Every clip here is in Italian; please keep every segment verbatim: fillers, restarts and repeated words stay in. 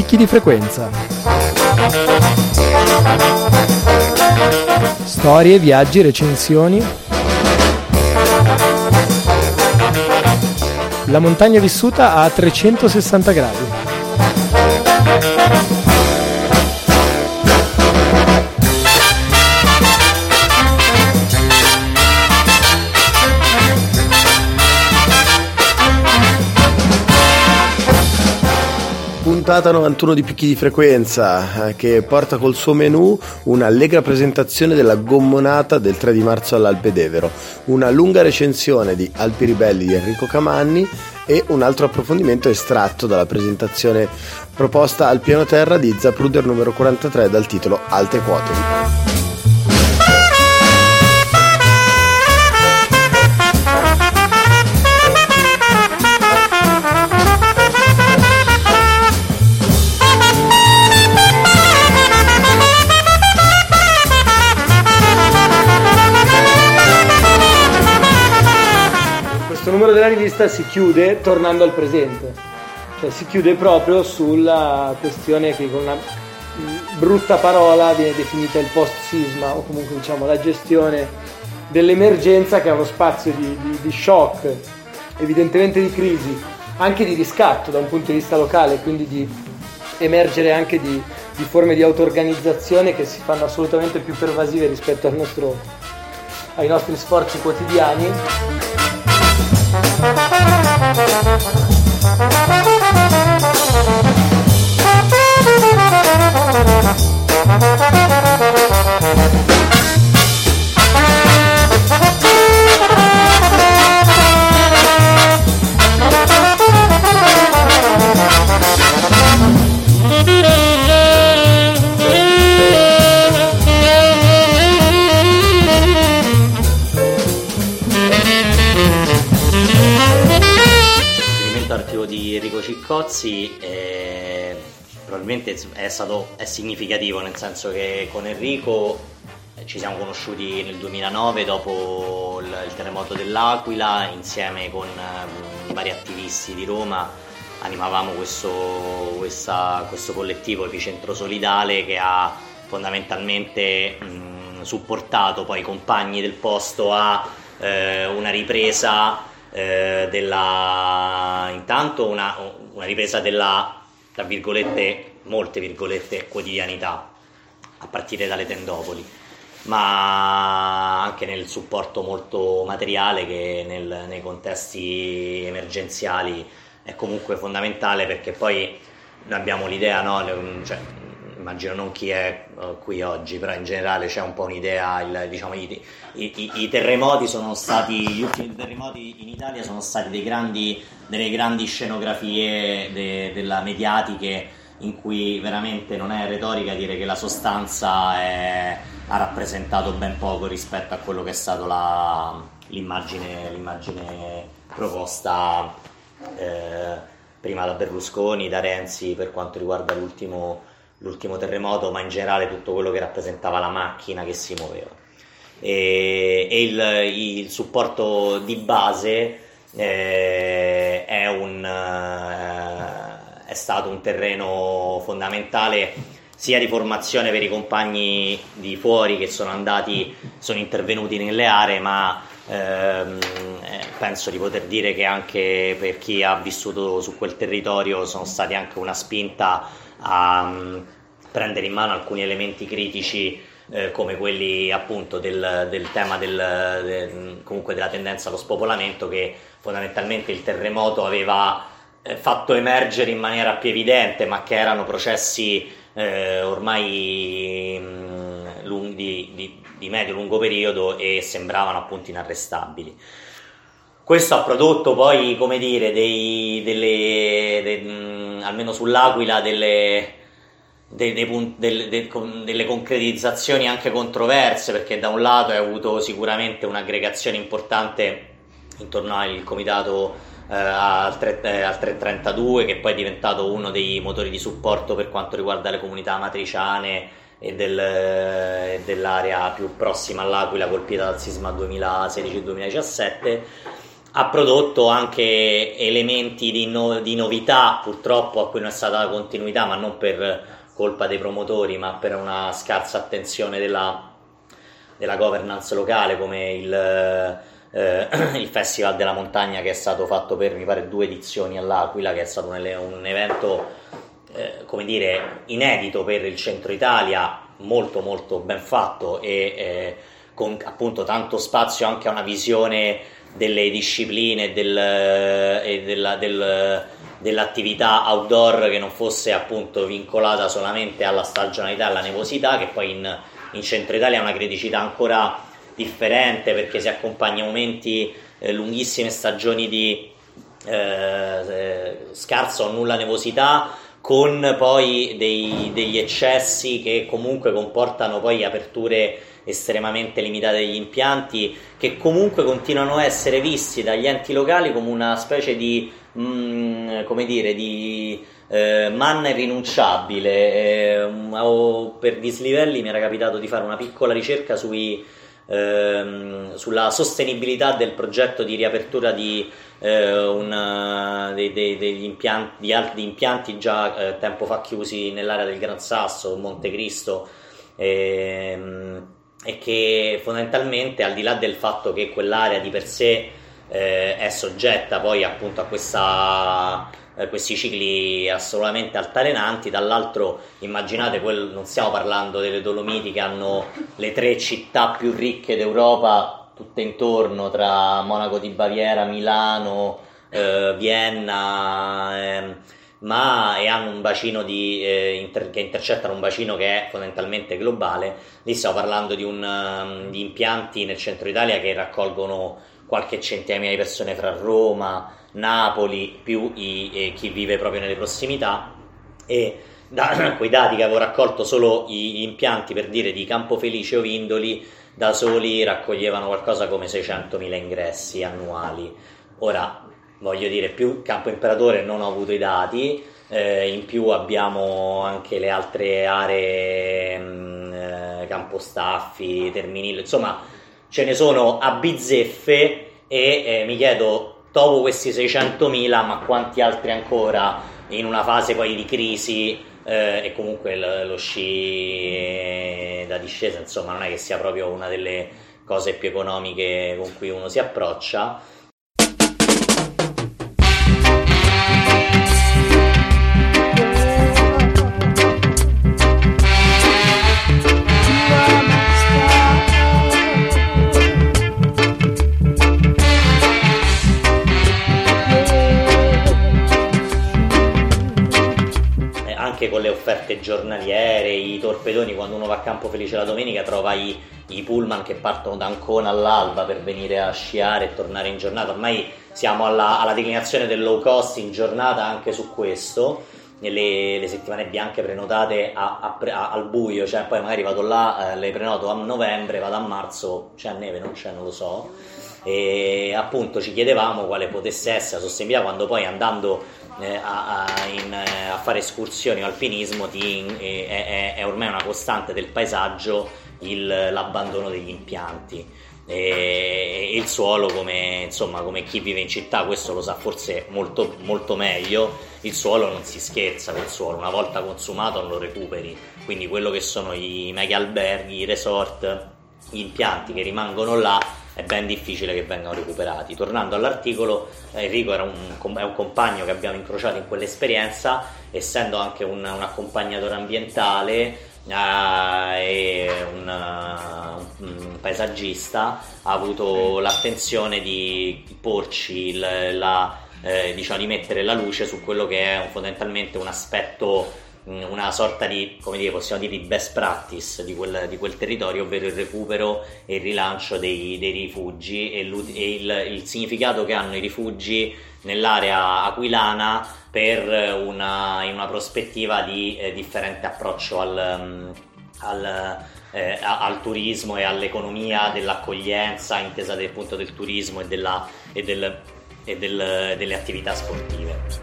picchi di frequenza. Storie, viaggi, recensioni. La montagna vissuta a trecentosessanta gradi. Puntata novantuno di Picchi di Frequenza, eh, che porta col suo menù un'allegra presentazione della gommonata del tre di marzo all'Alpe d'Evero, una lunga recensione di Alpi Ribelli di Enrico Camanni e un altro approfondimento estratto dalla presentazione proposta al piano terra di Zapruder numero quarantatré dal titolo Alte Quote. Questo numero della rivista si chiude tornando al presente, cioè si chiude proprio sulla questione che con una brutta parola viene definita il post-sisma, o comunque diciamo la gestione dell'emergenza, che è uno spazio di, di, di shock, evidentemente di crisi, anche di riscatto da un punto di vista locale, quindi di emergere anche di, di forme di auto-organizzazione che si fanno assolutamente più pervasive rispetto al nostro, ai nostri sforzi quotidiani. Di Enrico Ciccozzi eh, probabilmente è stato è significativo, nel senso che con Enrico eh, ci siamo conosciuti nel duemilanove dopo il, il terremoto dell'Aquila, insieme con eh, vari attivisti di Roma animavamo questo, questa, questo collettivo Epicentro Solidale, che ha fondamentalmente mh, supportato poi i compagni del posto a eh, una ripresa Eh, della intanto una, una ripresa della, tra virgolette, molte virgolette, quotidianità, a partire dalle tendopoli, ma anche nel supporto molto materiale che nel, nei contesti emergenziali è comunque fondamentale, perché poi noi abbiamo l'idea, no? Cioè, immagino non chi è uh, qui oggi, però in generale c'è un po' un'idea, il, diciamo, i, i, i terremoti sono stati, gli ultimi terremoti in Italia sono stati dei grandi, delle grandi scenografie de, della mediatiche, in cui veramente non è retorica dire che la sostanza è, ha rappresentato ben poco rispetto a quello che è stato la, l'immagine, l'immagine proposta eh, prima da Berlusconi, da Renzi per quanto riguarda l'ultimo l'ultimo terremoto, ma in generale tutto quello che rappresentava la macchina che si muoveva. E, e il, il supporto di base eh, è, un, eh, è stato un terreno fondamentale sia di formazione per i compagni di fuori che sono andati, sono intervenuti nelle aree, ma ehm, penso di poter dire che anche per chi ha vissuto su quel territorio sono stati anche una spinta a um, prendere in mano alcuni elementi critici eh, come quelli appunto del, del tema del, del, comunque della tendenza allo spopolamento, che fondamentalmente il terremoto aveva eh, fatto emergere in maniera più evidente, ma che erano processi eh, ormai mh, lunghi, di, di medio-lungo periodo, e sembravano appunto inarrestabili. Questo ha prodotto poi, come dire, dei, delle, de, mh, almeno sull'Aquila, delle, de, de, de, de, delle concretizzazioni anche controverse, perché da un lato hai avuto sicuramente un'aggregazione importante intorno al comitato eh, al, tre, eh, al trecentotrentadue, che poi è diventato uno dei motori di supporto per quanto riguarda le comunità amatriciane e, del, e dell'area più prossima all'Aquila colpita dal sisma duemilasedici duemiladiciassette. ha prodotto anche elementi di, no, di novità, purtroppo a cui non è stata continuità, ma non per colpa dei promotori, ma per una scarsa attenzione della, della governance locale, come il, eh, il Festival della Montagna, che è stato fatto per, mi pare, due edizioni all'Aquila, che è stato un, un evento, eh, come dire, inedito per il centro Italia, molto molto ben fatto e eh, con appunto tanto spazio anche a una visione delle discipline del, e della, del, dell'attività outdoor che non fosse appunto vincolata solamente alla stagionalità e alla nevosità, che poi in, in centro Italia ha una criticità ancora differente, perché si accompagna a momenti eh, lunghissime stagioni di eh, scarsa o nulla nevosità, con poi dei, degli eccessi che comunque comportano poi aperture estremamente limitate degli impianti, che comunque continuano a essere visti dagli enti locali come una specie di mh, come dire di eh, manna irrinunciabile. Eh, o per dislivelli mi era capitato di fare una piccola ricerca sui ehm, sulla sostenibilità del progetto di riapertura di eh, una, dei, dei, degli impianti di altri impianti già eh, tempo fa chiusi nell'area del Gran Sasso, Montecristo, ehm, e che fondamentalmente, al di là del fatto che quell'area di per sé eh, è soggetta poi appunto a questa, eh, questi cicli assolutamente altalenanti, dall'altro immaginate, quel, non stiamo parlando delle Dolomiti che hanno le tre città più ricche d'Europa tutte intorno, tra Monaco di Baviera, Milano, eh, Vienna, eh, ma e hanno un bacino di, eh, inter, che intercettano un bacino che è fondamentalmente globale. Lì stiamo parlando di, un, um, di impianti nel centro Italia che raccolgono qualche centinaia di persone fra Roma, Napoli, più i, eh, chi vive proprio nelle prossimità, e da quei dati che avevo raccolto, solo gli impianti, per dire, di Campofelice o Vindoli da soli raccoglievano qualcosa come seicentomila ingressi annuali. Ora, voglio dire, più Campo Imperatore non ho avuto i dati, eh, in più abbiamo anche le altre aree, mh, eh, Campostaffi, Terminillo, insomma ce ne sono a bizzeffe, e eh, mi chiedo, dopo questi seicentomila, ma quanti altri ancora in una fase poi di crisi, eh, e comunque lo, lo sci da discesa, insomma non è che sia proprio una delle cose più economiche con cui uno si approccia. Con le offerte giornaliere, i torpedoni, quando uno va a Campofelice la domenica trova i, i pullman che partono da Ancona all'alba per venire a sciare e tornare in giornata. Ormai siamo alla, alla declinazione del low cost in giornata anche su questo, le, le settimane bianche prenotate a, a, a, al buio, cioè poi magari vado là, eh, le prenoto a novembre, vado a marzo, c'è neve, non c'è, non lo so, e appunto ci chiedevamo quale potesse essere la sostenibilità, quando poi andando eh, a, a, in, a fare escursioni o alpinismo ti, eh, è, è ormai una costante del paesaggio il, l'abbandono degli impianti, e, e il suolo, come, insomma, come chi vive in città questo lo sa forse molto, molto meglio, il suolo non si scherza col suolo, una volta consumato non lo recuperi, quindi quello che sono i mega alberghi, i resort, gli impianti che rimangono là è ben difficile che vengano recuperati. Tornando all'articolo, Enrico era un, è un compagno che abbiamo incrociato in quell'esperienza, essendo anche un, un accompagnatore ambientale eh, e un, un paesaggista, ha avuto l'attenzione di porci il, la, eh, diciamo, di mettere la luce su quello che è fondamentalmente un aspetto, una sorta di, come dire, possiamo dire, di best practice di quel, di quel territorio, ovvero il recupero e il rilancio dei, dei rifugi e, e il, il significato che hanno i rifugi nell'area aquilana per una, in una prospettiva di eh, differente approccio al, al, eh, al turismo e all'economia dell'accoglienza, intesa del punto del turismo e, della, e, del, e del, delle attività sportive.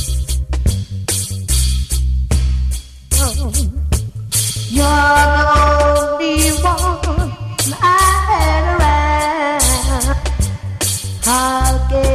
You're the only one I had around. I'll get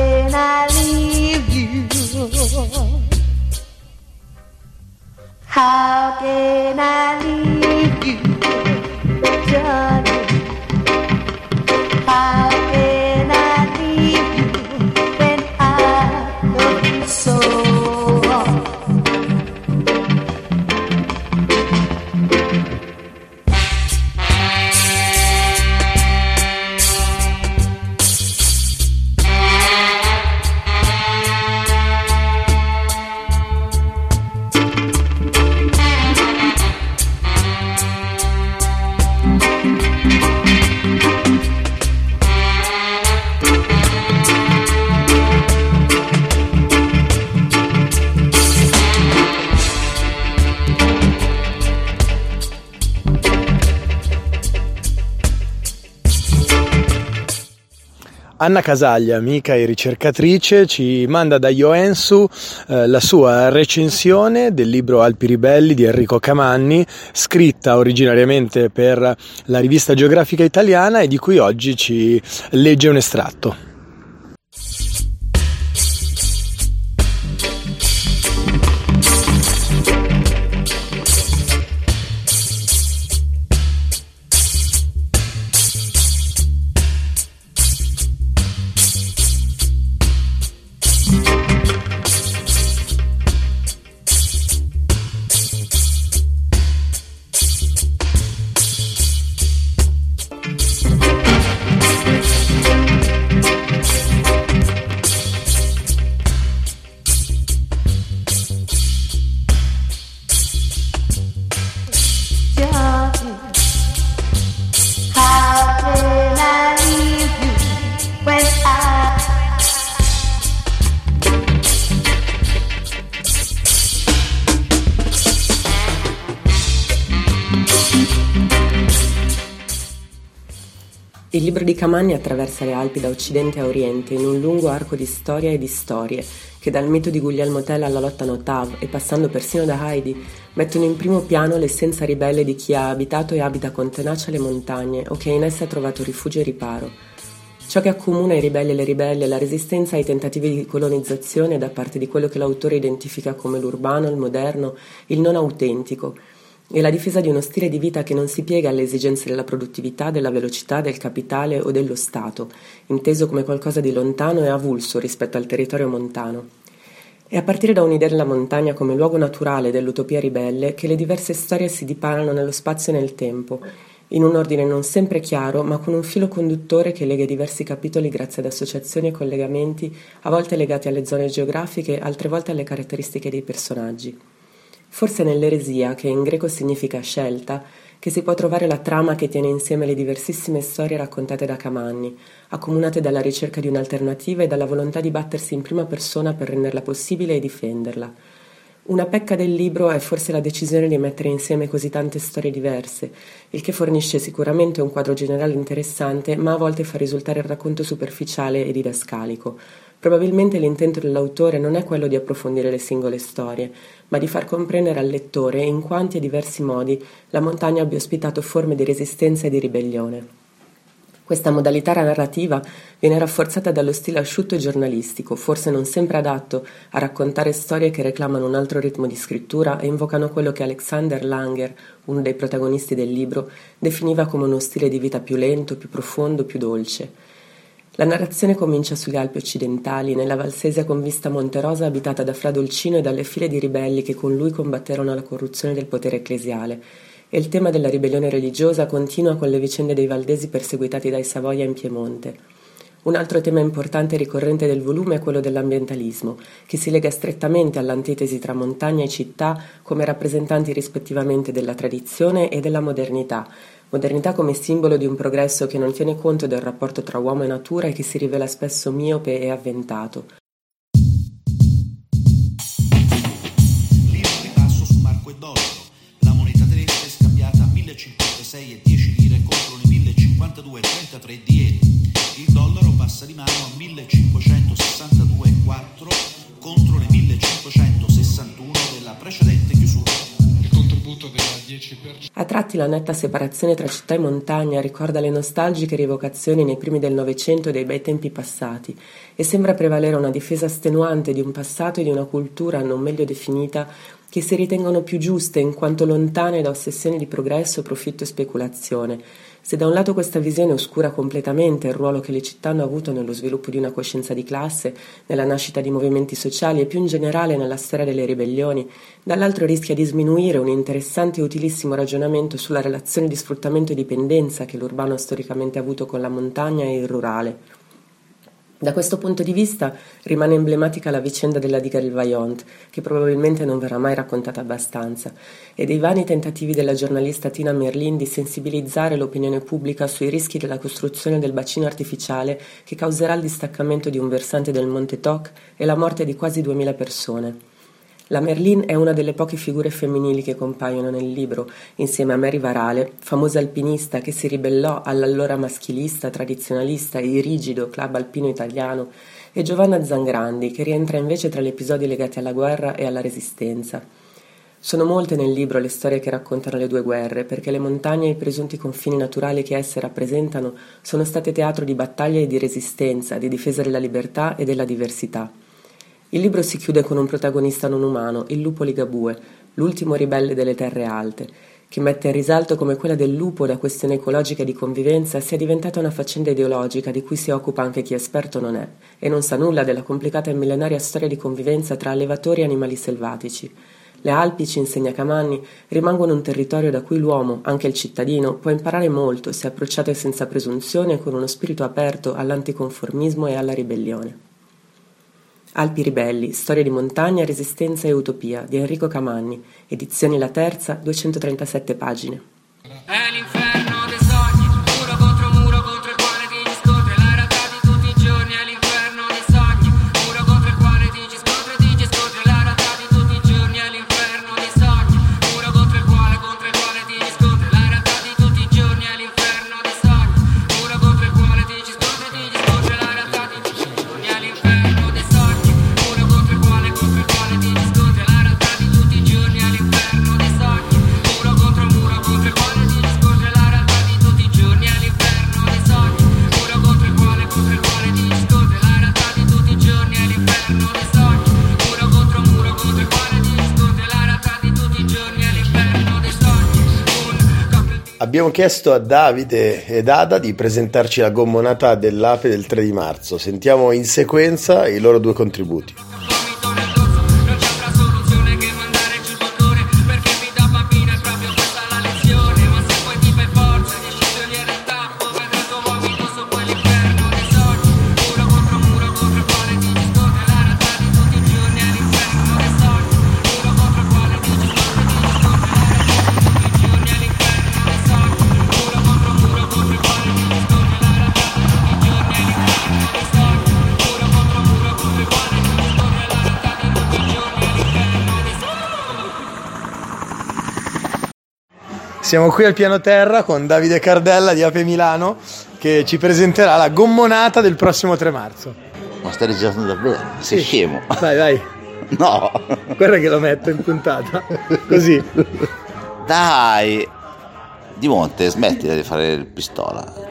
Anna Casaglia, amica e ricercatrice, ci manda da Ioensu eh, la sua recensione del libro Alpi Ribelli di Enrico Camanni, scritta originariamente per la rivista Geografica Italiana e di cui oggi ci legge un estratto. Il libro di Camanni attraversa le Alpi da occidente a oriente in un lungo arco di storia e di storie che dal mito di Guglielmo Tell alla lotta Notav e passando persino da Heidi mettono in primo piano l'essenza ribelle di chi ha abitato e abita con tenacia le montagne o che in esse ha trovato rifugio e riparo. Ciò che accomuna i ribelli e le ribelle è la resistenza ai tentativi di colonizzazione da parte di quello che l'autore identifica come l'urbano, il moderno, il non autentico, e la difesa di uno stile di vita che non si piega alle esigenze della produttività, della velocità, del capitale o dello Stato, inteso come qualcosa di lontano e avulso rispetto al territorio montano. È a partire da un'idea della montagna come luogo naturale dell'utopia ribelle che le diverse storie si dipanano nello spazio e nel tempo, in un ordine non sempre chiaro, ma con un filo conduttore che lega i diversi capitoli grazie ad associazioni e collegamenti, a volte legati alle zone geografiche, altre volte alle caratteristiche dei personaggi. Forse nell'eresia, che in greco significa scelta, che si può trovare la trama che tiene insieme le diversissime storie raccontate da Camanni, accomunate dalla ricerca di un'alternativa e dalla volontà di battersi in prima persona per renderla possibile e difenderla. Una pecca del libro è forse la decisione di mettere insieme così tante storie diverse, il che fornisce sicuramente un quadro generale interessante, ma a volte fa risultare il racconto superficiale e didascalico. Probabilmente l'intento dell'autore non è quello di approfondire le singole storie, ma di far comprendere al lettore in quanti e diversi modi la montagna abbia ospitato forme di resistenza e di ribellione. Questa modalità narrativa viene rafforzata dallo stile asciutto e giornalistico, forse non sempre adatto a raccontare storie che reclamano un altro ritmo di scrittura e invocano quello che Alexander Langer, uno dei protagonisti del libro, definiva come uno stile di vita più lento, più profondo, più dolce. La narrazione comincia sugli Alpi occidentali, nella Valsesia con vista monterosa abitata da Fra Dolcino e dalle file di ribelli che con lui combatterono la corruzione del potere ecclesiale, e il tema della ribellione religiosa continua con le vicende dei valdesi perseguitati dai Savoia in Piemonte. Un altro tema importante e ricorrente del volume è quello dell'ambientalismo, che si lega strettamente all'antitesi tra montagna e città come rappresentanti rispettivamente della tradizione e della modernità, modernità come simbolo di un progresso che non tiene conto del rapporto tra uomo e natura e che si rivela spesso miope e avventato. Lira ribasso su marco e dollaro. La moneta tedesca è scambiata a mille cinquantasei e dieci lire contro le mille cinquantadue e trentatré di ieri. Il dollaro passa di mano a mille cinquecentosessantadue e quattro contro le mille cinquecentosessantuno della precedente chiusura. A tratti la netta separazione tra città e montagna ricorda le nostalgiche rievocazioni nei primi del Novecento dei bei tempi passati e sembra prevalere una difesa estenuante di un passato e di una cultura non meglio definita che si ritengono più giuste in quanto lontane da ossessioni di progresso, profitto e speculazione. Se da un lato questa visione oscura completamente il ruolo che le città hanno avuto nello sviluppo di una coscienza di classe, nella nascita di movimenti sociali e più in generale nella storia delle ribellioni, dall'altro rischia di sminuire un interessante e utilissimo ragionamento sulla relazione di sfruttamento e dipendenza che l'urbano ha storicamente avuto con la montagna e il rurale. Da questo punto di vista rimane emblematica la vicenda della diga del Vajont, che probabilmente non verrà mai raccontata abbastanza, e dei vani tentativi della giornalista Tina Merlin di sensibilizzare l'opinione pubblica sui rischi della costruzione del bacino artificiale che causerà il distaccamento di un versante del Monte Toc e la morte di quasi duemila persone. La Merlin è una delle poche figure femminili che compaiono nel libro, insieme a Mary Varale, famosa alpinista che si ribellò all'allora maschilista, tradizionalista e rigido club alpino italiano, e Giovanna Zangrandi, che rientra invece tra gli episodi legati alla guerra e alla resistenza. Sono molte nel libro le storie che raccontano le due guerre, perché le montagne e i presunti confini naturali che esse rappresentano sono state teatro di battaglia e di resistenza, di difesa della libertà e della diversità. Il libro si chiude con un protagonista non umano, il lupo Ligabue, l'ultimo ribelle delle terre alte, che mette in risalto come quella del lupo da questione ecologica e di convivenza sia diventata una faccenda ideologica di cui si occupa anche chi esperto non è, e non sa nulla della complicata e millenaria storia di convivenza tra allevatori e animali selvatici. Le Alpi, ci insegna Camanni, rimangono un territorio da cui l'uomo, anche il cittadino, può imparare molto se approcciato senza presunzione e con uno spirito aperto all'anticonformismo e alla ribellione. Alpi ribelli, storia di montagna, resistenza e utopia, di Enrico Camanni, edizioni La Terza, duecentotrentasette pagine. È l'inferno dei sogni, muro contro muro contro il quale ti scontri, la realtà di tutti i giorni è l'inferno dei sogni, muro contro il quale ti scontri, ti scontri, la realtà di tutti i giorni è l'inferno dei sogni, muro contro il quale, contro il quale ti scontri, la realtà di tutti i giorni è l'inferno dei sogni, muro contro il quale ti scontri, ti scontri, la realtà di tutti i giorni è l'inferno dei sogni, muro contro il quale, contro il quale ti scontri, la realtà di tutti i giorni è l'inferno dei sogni, muro contro muro contro il quale ti scontri, la realtà di tutti i giorni è l'inferno dei sogni, muro contro il quale, contro il quale ti scontri, la realtà di tutti i giorni è l'inferno dei sogni, muro contro muro contro il quale ti scontri, la realtà di tutti i giorni è l'inferno dei sogni. Abbiamo chiesto a Davide ed Ada di presentarci la gommonata dell'Ape del tre di marzo. Sentiamo in sequenza i loro due contributi. Non c'è altra soluzione che mandare giù il bottone, perché mi da bambina è proprio questa la lezione, ma se poi ti fai forza decisioni e retappo, vedrai il tuo vomito su quell'inferno dei sogni, muro contro muro contro il quale ti scontri, la realtà di tutti i giorni è l'inferno dei sogni, muro contro il quale ti scontri, ti scontri, la realtà di tutti i giorni è l'inferno dei sogni, muro contro muro contro il quale ti scontri, la realtà di tutti i giorni è l'inferno dei sogni, muro contro muro contro il quale ti scontri, la realtà di tutti i giorni è l'inferno dei sogni. Siamo qui al piano terra con Davide Cardella di Ape Milano che ci presenterà la gommonata del prossimo tre marzo. Ma stai registrando davvero? Sei Sì. scemo? Vai, vai. No! Guarda che lo metto in puntata. Così. Dai! Di Monte, smettila di fare il pistola.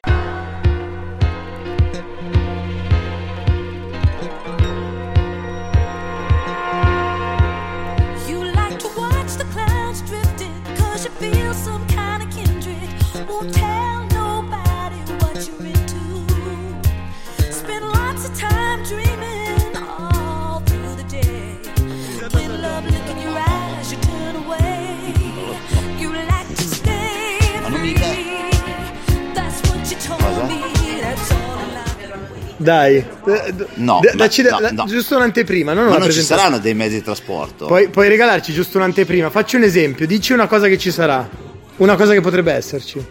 You like to watch the clouds drifting, cause you feel some kind of kindred. Won't tell nobody what you're into. Spend lots of time dreaming all through the day. When love look in your eyes, you turn away. You like to stay free. That's what you told me. That's all I like. Dai. Eh, d- No, d- ma- dacci da- no, da- no. giusto un'anteprima, non Ma una non ci presentazione. saranno dei mezzi di trasporto? Puoi, puoi regalarci giusto un'anteprima. Facci un esempio. Dici una cosa che ci sarà. Una cosa che potrebbe esserci.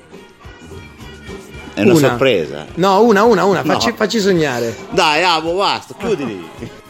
È una, una. sorpresa. No, una, una, una. No. Facci, facci sognare. Dai, Amo, basta, chiudili.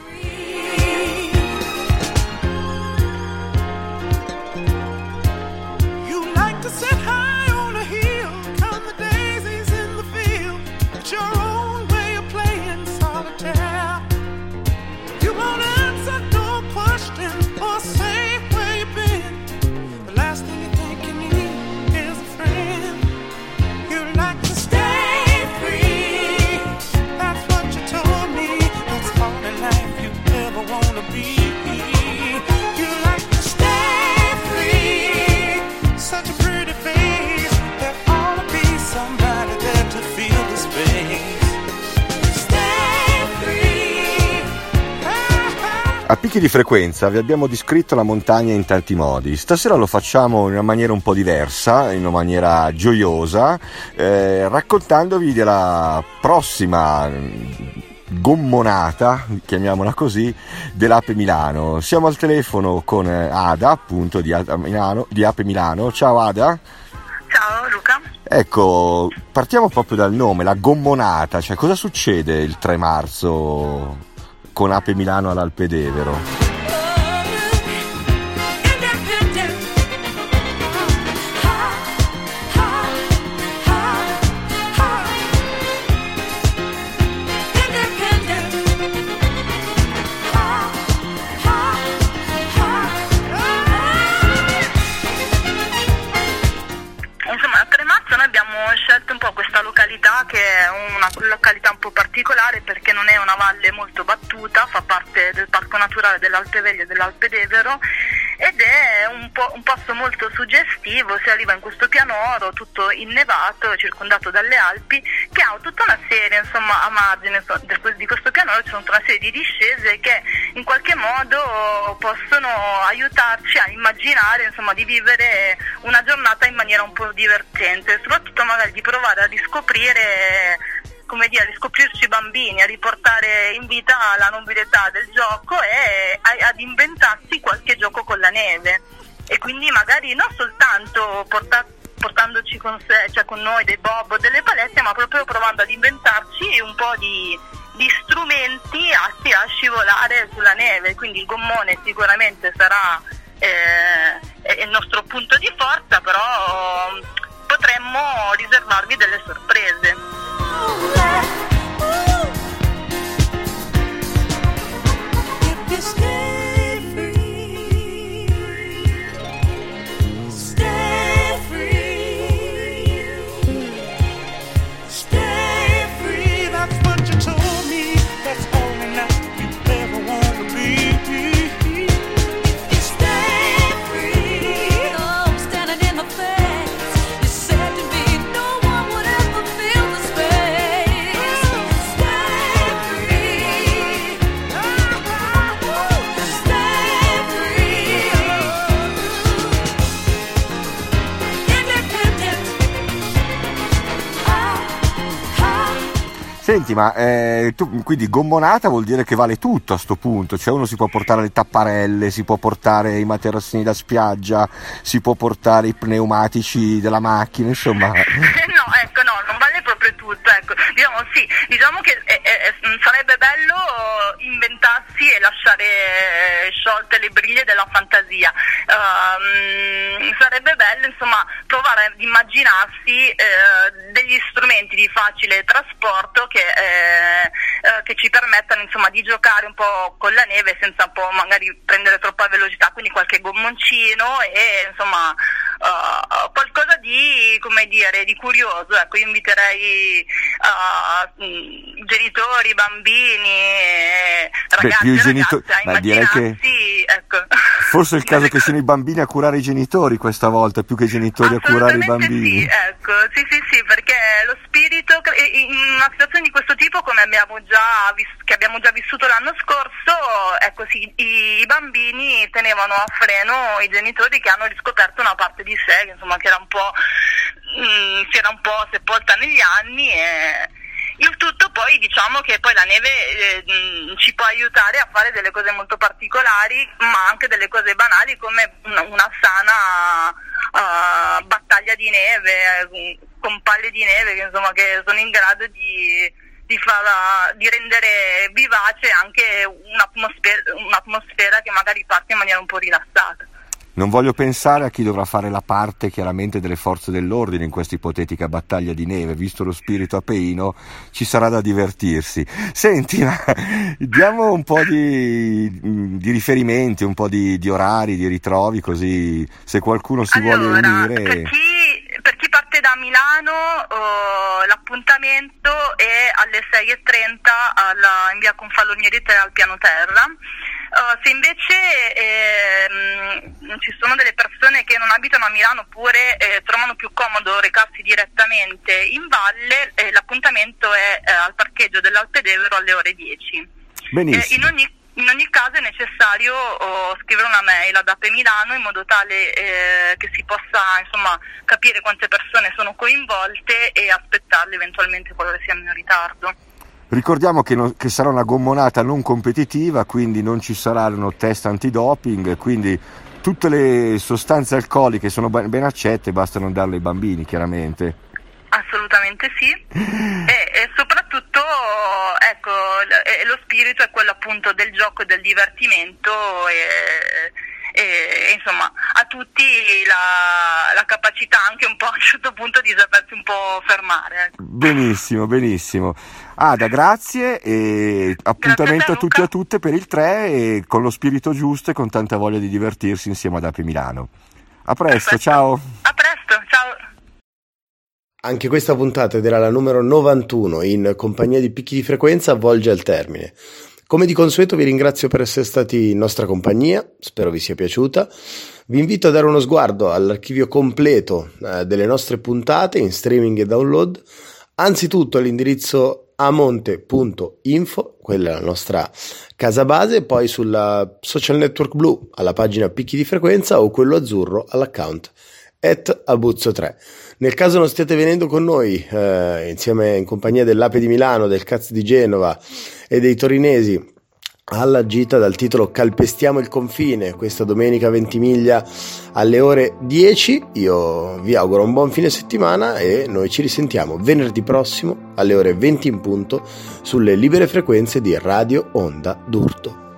You like to sit high on a hill, count the daisies in the field. It's your own way of playing solitaire. You won't answer no question or say where you've been. The last thing you think you need is a friend. You like to stay free. That's what you told me. That's all the life you ever wanna be. You like to stay free. Such a pretty face. There ought to be somebody there to feel the space. Stay free. A picchi di frequenza vi abbiamo descritto la montagna in tanti modi. Stasera lo facciamo in una maniera un po' diversa, in una maniera gioiosa, eh, raccontandovi della prossima gommonata, chiamiamola così, dell'Ape Milano. Siamo al telefono con Ada, appunto, di Ape Milano. Di Ape Milano. Ciao Ada. Ciao Luca. Ecco, partiamo proprio dal nome, la gommonata. Cioè, cosa succede il tre marzo con Ape Milano all'Alpedevero? abbiamo scelto un po' questa località, che è una località un po' particolare perché non è una valle molto battuta, fa parte del Parco Naturale dell'Alpe Veglie e dell'Alpe d'Evero, ed è un, po', un posto molto suggestivo. Si arriva in questo pianoro tutto innevato, circondato dalle Alpi, che ha tutta una serie, insomma, a margine di questo pianoro ci sono tutta una serie di discese che in qualche modo possono aiutarci a immaginare, insomma, di vivere una giornata in maniera un po' divertente, soprattutto magari di provare a riscoprire, come dire, a riscoprirci bambini, a riportare in vita la nobiltà del gioco e a, ad inventarsi qualche gioco con la neve, e quindi magari non soltanto porta, portandoci con sé, cioè con noi dei bob o delle palette, ma proprio provando ad inventarci un po' di, di strumenti atti a scivolare sulla neve. Quindi il gommone sicuramente sarà eh, il nostro punto di forza, però potremmo riservarvi delle sorprese. Senti, ma eh, tu, quindi gommonata vuol dire che vale tutto a sto punto, cioè uno si può portare le tapparelle, si può portare i materassini da spiaggia, si può portare i pneumatici della macchina, insomma. No, ecco, no, non vale proprio tutto, ecco. Diciamo sì, diciamo che eh, eh, sarebbe bello inventarsi e lasciare sciolte le briglie della fantasia. Um, sarebbe bello, insomma, provare ad immaginarsi eh, degli strumenti di facile trasporto che, eh, eh, che ci permettano, insomma, di giocare un po' con la neve senza un po' magari prendere troppa velocità, quindi qualche gommoncino e, insomma, uh, qualcosa di, come dire, di curioso. Ecco, io inviterei uh, genitori, bambini, ragazzi, Beh, più i ragazze genitori, a ma direi che ecco. forse è il caso che siano i bambini a curare i genitori questa volta, più che i genitori a curare i bambini. Sì, ecco, sì, sì, sì, perché lo spirito in una situazione di questo tipo, come abbiamo già vis- che abbiamo già vissuto l'anno scorso, ecco, sì, i, i bambini tenevano a freno i genitori che hanno riscoperto una parte di sé, che, insomma, che era un po' mh, si era un po' sepolta negli anni. E il tutto poi, diciamo che poi la neve eh, ci può aiutare a fare delle cose molto particolari, ma anche delle cose banali come una, una sana uh, battaglia di neve eh, con palle di neve che, insomma, che sono in grado di, di, far, di rendere vivace anche un'atmosfera, un'atmosfera che magari parte in maniera un po' rilassata. Non voglio pensare a chi dovrà fare la parte chiaramente delle forze dell'ordine in questa ipotetica battaglia di neve, visto lo spirito apeino ci sarà da divertirsi. Senti, ma diamo un po' di, di riferimenti, un po' di, di orari, di ritrovi, così se qualcuno si allora, vuole unire. Per chi, per chi parte da Milano uh, l'appuntamento è alle sei e trenta alla, in via Confalonieri tre al piano terra. Uh, se invece ehm, ci sono delle persone che non abitano a Milano oppure eh, trovano più comodo recarsi direttamente in valle, eh, l'appuntamento è eh, al parcheggio dell'Alpe d'Evero alle ore dieci. Benissimo. Eh, in, ogni, in ogni caso è necessario oh, scrivere una mail ad Ape Milano in modo tale eh, che si possa, insomma, capire quante persone sono coinvolte e aspettarle eventualmente qualora siano in ritardo. Ricordiamo che, non, che sarà una gommonata non competitiva, quindi non ci saranno test antidoping, quindi tutte le sostanze alcoliche sono ben accette, basta non darle ai bambini, chiaramente. Assolutamente sì, e, e soprattutto, ecco, lo spirito è quello appunto del gioco e del divertimento e, e insomma a tutti la, la capacità anche un po' a un certo punto di sapersi un po' fermare. Benissimo, benissimo. Ada, grazie e appuntamento a, a tutti e a tutte per il tre e con lo spirito giusto e con tanta voglia di divertirsi insieme ad Ape Milano. A presto, Perfetto. ciao! A presto, ciao! Anche questa puntata, ed era la numero novantuno in compagnia di Picchi di Frequenza, volge al termine. Come di consueto vi ringrazio per essere stati in nostra compagnia, spero vi sia piaciuta. Vi invito a dare uno sguardo all'archivio completo eh, delle nostre puntate in streaming e download, anzitutto all'indirizzo amonte punto info, quella è la nostra casa base, poi sulla social network blu alla pagina Picchi di Frequenza o quello azzurro all'account at abuzzo tre. Nel caso non stiate venendo con noi, eh, insieme in compagnia dell'Ape di Milano, del Caz di Genova e dei torinesi alla gita dal titolo Calpestiamo il confine questa domenica Ventimiglia alle ore dieci, io vi auguro un buon fine settimana e noi ci risentiamo venerdì prossimo alle ore venti in punto sulle libere frequenze di Radio Onda d'Urto.